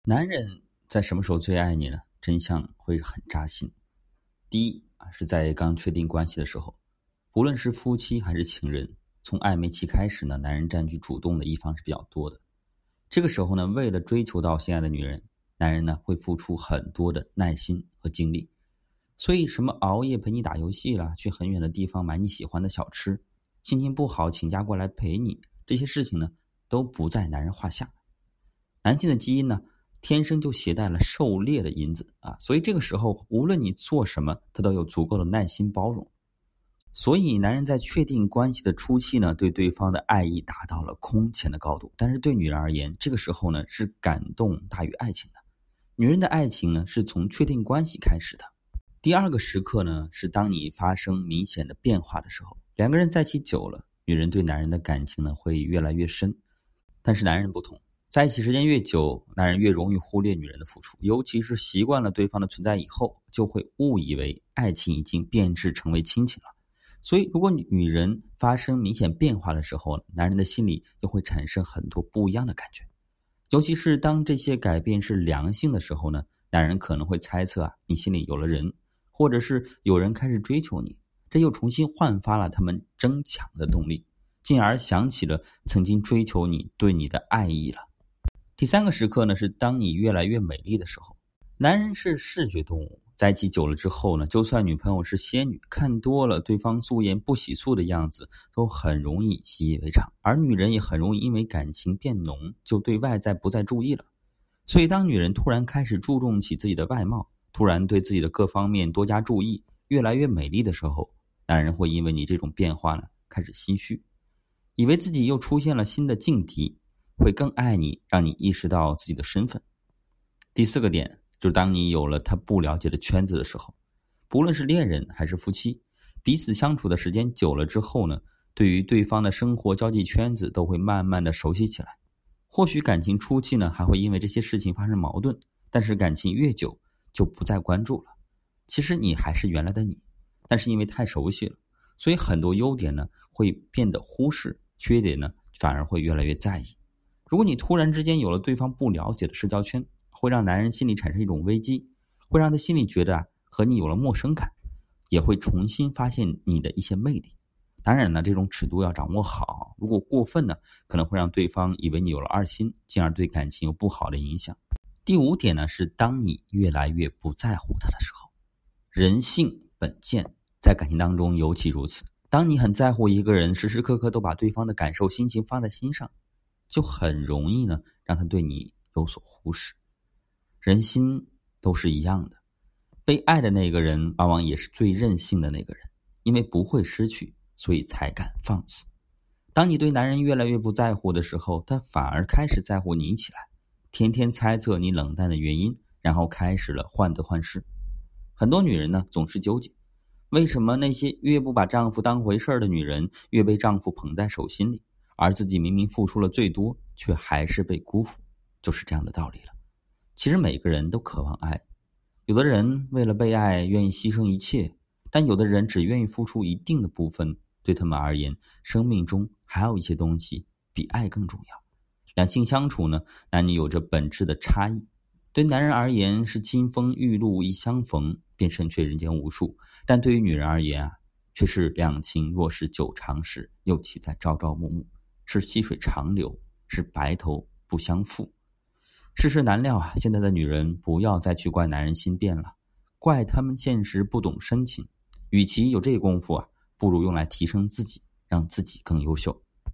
男人在什么时候最爱你呢？真相会很扎心。第一是在刚确定关系的时候，无论是夫妻还是情人，从暧昧期开始呢，男人占据主动的一方是比较多的。这个时候呢，为了追求到心爱的女人，男人呢会付出很多的耐心和精力。所以什么熬夜陪你打游戏啦，去很远的地方买你喜欢的小吃，心情不好请假过来陪你，这些事情呢都不在男人话下。男性的基因呢，天生就携带了狩猎的因子啊，所以这个时候无论你做什么，他都有足够的耐心包容。所以男人在确定关系的初期呢，对对方的爱意达到了空前的高度。但是对女人而言，这个时候呢是感动大于爱情的。女人的爱情呢是从确定关系开始的。第二个时刻呢，是当你发生明显的变化的时候。两个人在一起久了，女人对男人的感情呢会越来越深。但是男人不同，在一起时间越久，男人越容易忽略女人的付出，尤其是习惯了对方的存在以后，就会误以为爱情已经变质成为亲情了。所以如果女人发生明显变化的时候，男人的心里就会产生很多不一样的感觉。尤其是当这些改变是良性的时候呢，男人可能会猜测你心里有了人，或者是有人开始追求你，这又重新焕发了他们争抢的动力，进而想起了曾经追求你对你的爱意了。第三个时刻呢，是当你越来越美丽的时候。男人是视觉动物，在一起久了之后呢，就算女朋友是仙女，看多了对方素颜不洗漱的样子，都很容易习以为常。而女人也很容易因为感情变浓，就对外在不再注意了。所以当女人突然开始注重起自己的外貌，突然对自己的各方面多加注意，越来越美丽的时候，男人会因为你这种变化呢，开始心虚，以为自己又出现了新的劲敌，会更爱你，让你意识到自己的身份。第四个点就是当你有了他不了解的圈子的时候，不论是恋人还是夫妻，彼此相处的时间久了之后呢，对于对方的生活交际圈子都会慢慢的熟悉起来。或许感情初期呢，还会因为这些事情发生矛盾，但是感情越久就不再关注了。其实你还是原来的你，但是因为太熟悉了，所以很多优点呢会变得忽视，缺点呢反而会越来越在意。如果你突然之间有了对方不了解的社交圈，会让男人心里产生一种危机，会让他心里觉得和你有了陌生感，也会重新发现你的一些魅力。当然呢，这种尺度要掌握好，如果过分呢，可能会让对方以为你有了二心，进而对感情有不好的影响。第五点呢，是当你越来越不在乎他的时候。人性本贱，在感情当中尤其如此。当你很在乎一个人，时时刻刻都把对方的感受心情放在心上，就很容易呢让他对你有所忽视。人心都是一样的，被爱的那个人往往也是最任性的那个人，因为不会失去，所以才敢放肆。当你对男人越来越不在乎的时候，他反而开始在乎你起来，天天猜测你冷淡的原因，然后开始了患得患失。很多女人呢总是纠结，为什么那些越不把丈夫当回事的女人越被丈夫捧在手心里，而自己明明付出了最多，却还是被辜负，就是这样的道理了。其实每个人都渴望爱，有的人为了被爱愿意牺牲一切，但有的人只愿意付出一定的部分。对他们而言，生命中还有一些东西比爱更重要。两性相处呢，男女有着本质的差异。对男人而言是金风玉露一相逢，便胜却人间无数，但对于女人而言却是两情若是久长时，又岂在朝朝暮暮，是细水长流，是白头不相负。世事难料现在的女人不要再去怪男人心变了，怪他们现实不懂深情。与其有这功夫不如用来提升自己，让自己更优秀。